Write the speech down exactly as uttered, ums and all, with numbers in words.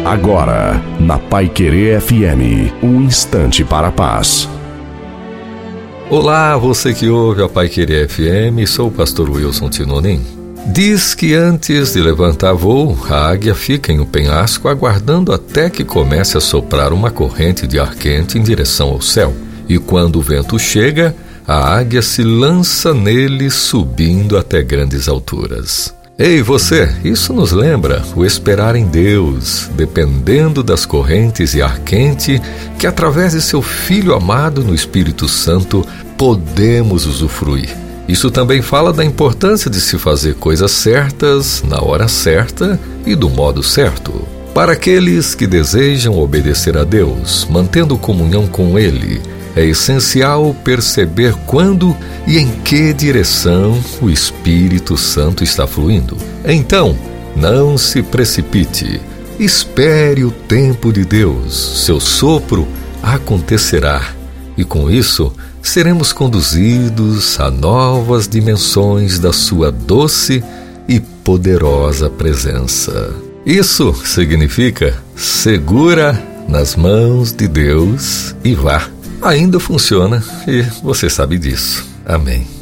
Agora, na Paiquerê F M, um instante para a paz. Olá, você que ouve a Paiquerê F M, sou o pastor Wilson Tinonim. Diz que antes de levantar voo, a águia fica em um penhasco aguardando até que comece a soprar uma corrente de ar quente em direção ao céu. E quando o vento chega, a águia se lança nele, subindo até grandes alturas. Ei, você, isso nos lembra o esperar em Deus, dependendo das correntes e ar quente que, através de seu Filho amado no Espírito Santo, podemos usufruir. Isso também fala da importância de se fazer coisas certas, na hora certa e do modo certo. Para aqueles que desejam obedecer a Deus, mantendo comunhão com Ele, é essencial perceber quando e em que direção o Espírito Santo está fluindo. Então, não se precipite. Espere o tempo de Deus. Seu sopro acontecerá. E com isso, seremos conduzidos a novas dimensões da sua doce e poderosa presença. Isso significa segura nas mãos de Deus e vá. Ainda funciona e você sabe disso. Amém.